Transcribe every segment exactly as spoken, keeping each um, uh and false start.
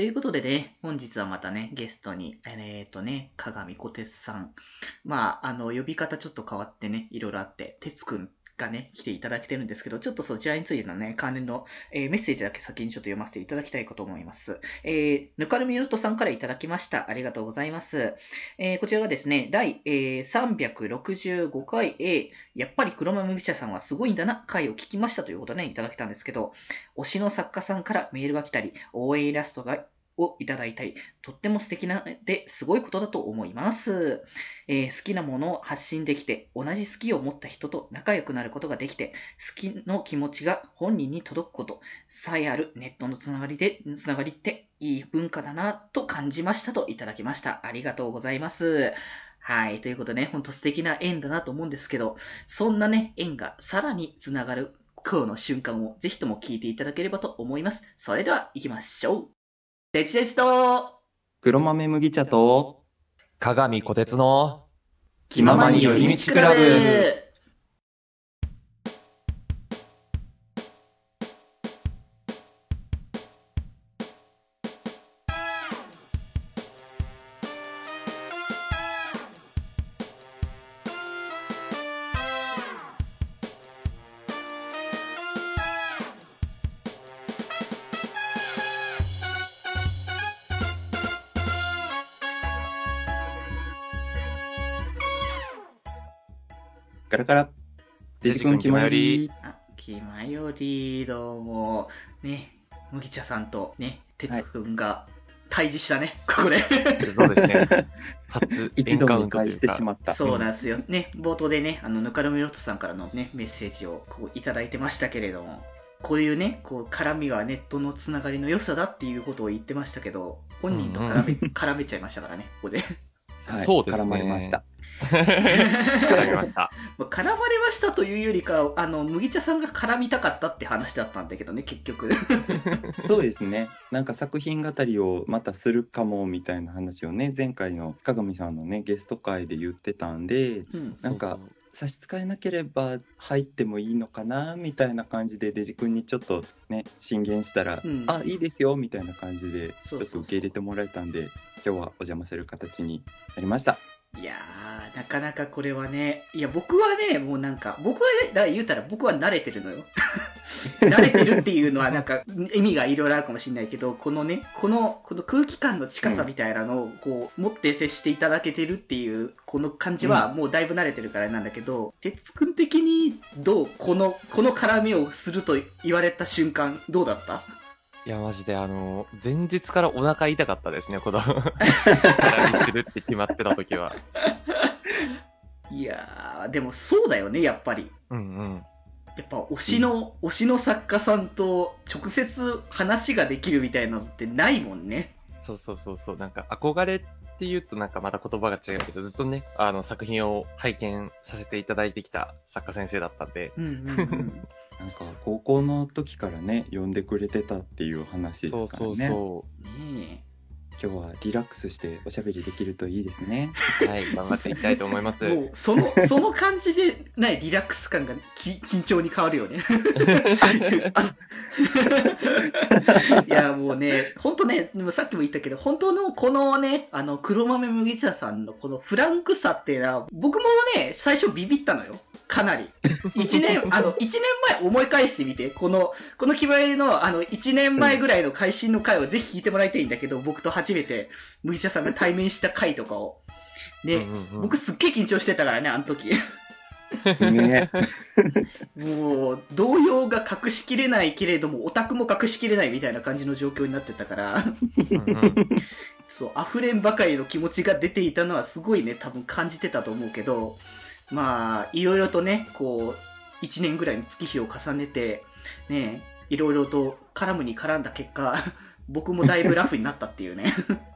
いうことでね、本日はまたね、ゲストに、えっとね、鏡小鉄さん。まあ、あの、呼び方ちょっと変わってね、いろいろあって、鉄くんがね、来ていただけてるんですけど、ちょっとそちらについてのね、関連の、えーメッセージだけ先にちょっと読ませていただきたいかと思います。えー、ぬかるみのとさんからいただきました。ありがとうございます。えーこちらがですね、第、えーさんびゃくろくじゅうごかい A、やっぱり黒豆麦茶さんはすごいんだな、回を聞きましたということでね、いただきたんですけど、推しの作家さんからメールが来たり、応援イラストがをいただいたり、とっても素敵なですごいことだと思います、えー好きなものを発信できて、同じ好きを持った人と仲良くなることができて、好きの気持ちが本人に届くことさえあるネットのつながりで、つながりっていい文化だなと感じましたといただきました。ありがとうございます。はい。ということでね、ほんと素敵な縁だなと思うんですけど、そんなね、縁がさらにつながる今日の瞬間をぜひとも聞いていただければと思います。それでは行きましょう。デジデジと黒豆麦茶と鏡小鉄の気ままに寄り道クラブ。ガラガラデジ君気まより。 あ、気まより、どうも。ね、麦茶さんとね、哲くんが対峙したね、ここで。 そうですね。初一度に返してしまった。 そうなんですよ。ね、冒頭でね、あの、ぬかるみロットさんからのね、メッセージをこういただいてましたけれども、こういうね、こう、絡みがネットのつながりの良さだっていうことを言ってましたけど、本人と絡め、絡めちゃいましたからね、ここで。 はい、 そうですね。 絡まれました。 絡みました。 絡まれましたというよりか、あの、麦茶さんが絡みたかったって話だったんだけどね、結局。 そうですね。なんか作品語りをまたするかもみたいな話をね、前回の鏡さんのね、ゲスト会で言ってたんで、 うん、 なんか差し支えなければ入ってもいいのかなみたいな感じでデジ君にちょっとね進言したら、うん、あ、いいですよみたいな感じでちょっと受け入れてもらえたんで、今日はお邪魔する形になりました。 いやー、なかなかこれはね、いや僕はね、もうなんか、僕はね、だから言うたら僕は慣れてるのよ。慣れてるっていうのはなんか意味がいろいろあるかもしれないけど、このね、この、この空気感の近さみたいなのをこう、持って接していただけてるっていう、この感じはもうだいぶ慣れてるからなんだけど、哲くん的にどうこの、この絡みをすると言われた瞬間、どうだった？ いや、マジで、あの、前日からお腹痛かったですね、この、絡みするって決まってた時は。 いやー、でもそうだよね、やっぱり。 うんうん。 やっぱ推しの、うん、推しの作家さんと直接話ができるみたいなのってないもんね。 そうそうそうそう。なんか憧れっていうとなんかまた言葉が違うけど、ずっとね、あの作品を拝見させていただいてきた作家先生だったんで。 うんうんうんなんか高校の時からね呼んでくれてたっていう話ですからね。 そうそうそう。 ねえ。 今日はリラックスしておしゃべりできるといいですね。 はい、頑張っていきたいと思います。 もうそのその感じでないリラックス感がき緊張に変わるよね。いやもうね、本当ね、でもさっきも言ったけど、本当のこのね、あの黒豆麦茶さんのこのフランクさっていうのは、僕もね最初ビビったのよ。かなり。一年、あの、一年前思い返してみて、この、この決まりの、あの、一年前ぐらいの配信の回をぜひ聞いてもらいたいんだけど、僕と初めて、麦茶さんが対面した回とかを。で、うんうんうん、僕すっげえ緊張してたからね、あの時。ね、もう、動揺が隠しきれないけれども、オタクも隠しきれないみたいな感じの状況になってたから、うんうん、そう、溢れんばかりの気持ちが出ていたのはすごいね、多分感じてたと思うけど、まあ、いろいろとね、こう、いちねんぐらいの月日を重ねて、ね、いろいろと絡むに絡んだ結果、僕もだいぶラフになったっていうね。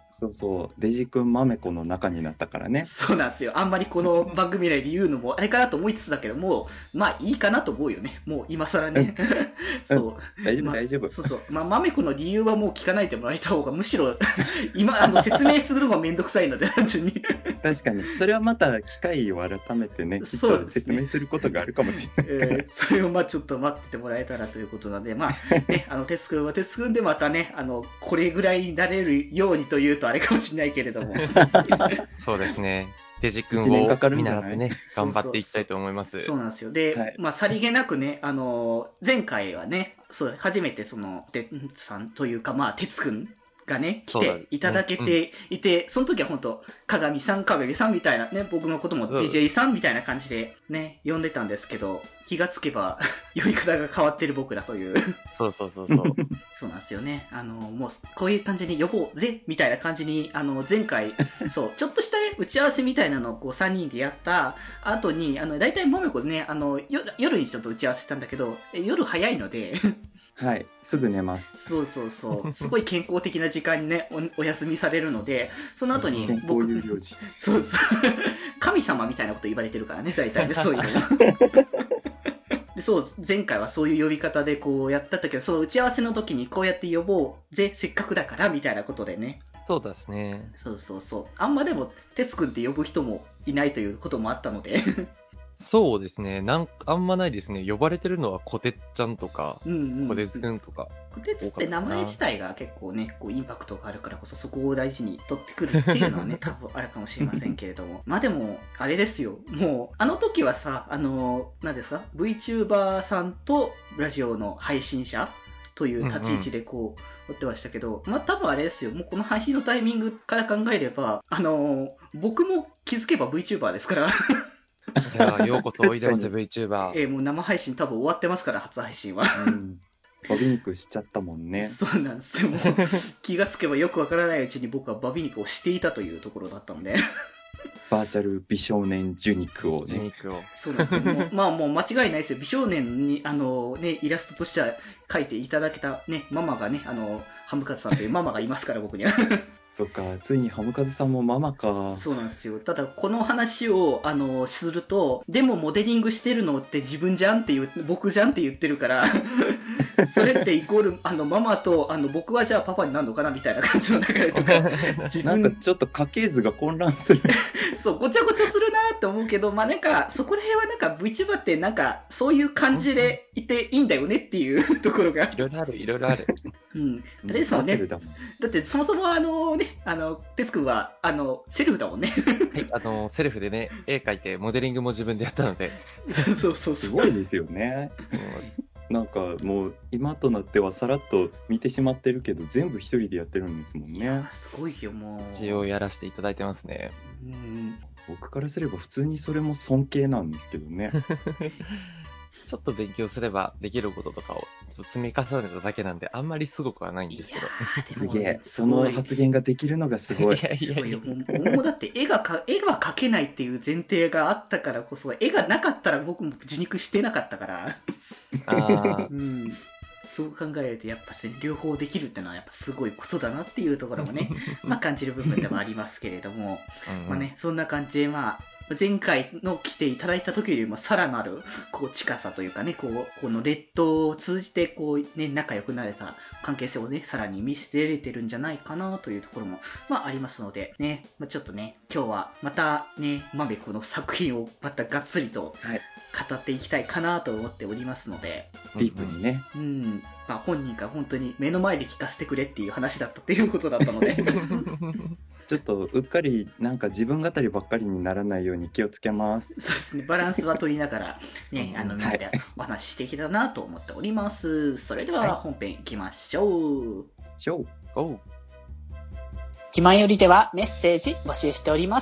そうそう、デジ君まめこの中になったからね。 そうなんですよ。あんまりこの番組内で言うのもあれかなと思いつつだけども、まあいいかなと思うよね。もう今更ね。そう。 大丈夫、 ま、 大丈夫。 そうそう。まあ、まめこの理由はもう聞かないでもらえた方が、むしろ今、あの、説明するのがめんどくさいので、単純に。 確かに。それはまた機会を改めてね、きっと説明することがあるかもしれない。 えー、それをまあちょっと待っててもらえたらということなので、まあ、ね、あの、テス君はテス君でまたね、あの、これぐらいになれるようにというとあれかもしれないけれども。 そうですね。デジ君を見習ってね、頑張っていきたいと思います。 そうなんですよ。で、はい、まあ、さりげなくね、あの、前回はね、そう、初めてその、てつさんというか、まあ、てつくんがね、来ていただけていて、そ,、ねうん、その時は本当、鏡さん、鏡さんみたいなね、僕のことも ディージェー さんみたいな感じでね、呼んでたんですけど、気がつけば、呼び方が変わってる僕らという。 そうそうそうそう。 そうなんですよね。あの、もう、こういう感じに呼ぼうぜみたいな感じに、あの、前回、そう、ちょっとしたね、打ち合わせみたいなのをこうさんにんでやった後に、あの、大体もめこね、あの、夜にちょっと打ち合わせしたんだけど、夜早いので、 はい、すぐ寝ます。 そうそうそう。すごい健康的な時間にね、お, お休みされるので、その後に僕、そうそう。神様みたいなこと言われてるからね、大体ね、そういうの。でそう、前回はそういう呼び方でこうやったんだけど、その打ち合わせの時にこうやって呼ぼうぜ、せっかくだからみたいなことでね。 そうですね。 そうそうそう。あんまでも、てつくんって呼ぶ人もいないということもあったので。 そうですね。なんあんまないですね。呼ばれてるのはこてっちゃんとか、うんうんうん、こてつくんとか。 こてつって名前自体が結構ね、こうインパクトがあるからこそそこを大事に取ってくるっていうのはね、多分あるかもしれませんけれども。まあでも、あれですよ。もう、あの時はさ、あの、何ですか ?VTuber さんとラジオの配信者という立ち位置でこう、追ってましたけど、うんうん、まあ多分あれですよ。もうこの配信のタイミングから考えれば、あの、僕も気づけば VTuber ですから。 いやようこそおいでやす VTuber。 えー、もう生配信多分終わってますから、初配信は。 うん。バビ肉しちゃったもんね。 そうなんですよ。もう気がつけばよくわからないうちに僕はバビ肉をしていたというところだったので。 バーチャル美少年受肉をね。 受肉を。 そうなんですよ。もうまあもう間違いないですよ。美少年に、あのね、イラストとしては描いていただけたね、ママがね、あの、ハムカツさんというママがいますから、僕には。 そっか、ついにハムカズさんもママか。 そうなんですよ。ただ、この話を、あの、すると、でもモデリングしてるのって自分じゃんっていう、僕じゃんって言ってるから、それってイコール、あの、ママと、あの、僕はじゃあパパになるのかなみたいな感じの流れとか、 自分なんかちょっと家系図が混乱する。 そう、ごちゃごちゃするなって思うけど、まあなんか、そこら辺はなんか VTuber ってなんか、そういう感じでいていいんだよねっていうところが。 いろいろある、いろいろある。 うん。あれですもんね。だってそもそもあのね、あの、てつくんは、あの、セルフだもんね。 はい、あの、セルフでね、絵描いて、モデリングも自分でやったので。 そうそうそう。 すごいですよね。なんかもう、今となってはさらっと見てしまってるけど、全部一人でやってるんですもんね。いや、すごいよ、もう。 一応やらせていただいてますね。 うん。 僕からすれば普通にそれも尊敬なんですけどね。 ちょっと勉強すればできることとかをちょっと積み重ねただけなんで、あんまりすごくはないんですけど。 すげえ。その発言ができるのがすごい。 いやいやいや、もうだって絵がか、絵は描けないっていう前提があったからこそ、絵がなかったら僕も受肉してなかったから。 あうん。そう考えると、やっぱね、両方できるってのはやっぱすごいことだなっていうところもね、まあ感じる部分ではありますけれども、うんうん、まあね、そんな感じで、まあ、前回の来ていただいた時よりもさらなるこう近さというかね、こうこのレッドを通じてこう、ね、仲良くなれた関係性をね、さらに見せれてるんじゃないかなというところも、まあ、ありますので、ね、まあ、ちょっとね、今日はまたね、まめこの作品をまたがっつりと語っていきたいかなと思っておりますので、 ディープにね。 うん。まあ、本人が本当に目の前で聞かせてくれっていう話だったっていうことだったので。 ちょっとうっかりなんか自分語りばっかりにならないように気をつけます。 そうですね、バランスは取りながら、ね、あのみんなでお話ししていけたらなと思っております。はい、それでは本編いきましょう。 しょう。 お気まよりではメッセージ募集しております。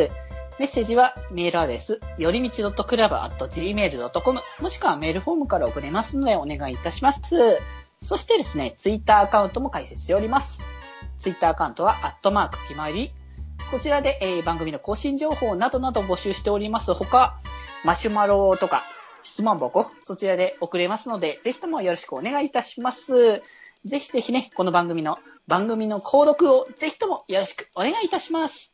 メッセージはメールアドレス、よりみち .club アット ジーメール ドットコム もしくはメールフォームから送れますのでお願いいたします。そしてですね、ツイッターアカウントも開設しております。ツイッターアカウントは、アットマーク気まより。こちらで、えー、番組の更新情報などなど募集しておりますほか、マシュマロとか質問箱、そちらで送れますので、ぜひともよろしくお願いいたします。ぜひぜひね、この番組の番組の購読をぜひともよろしくお願いいたします。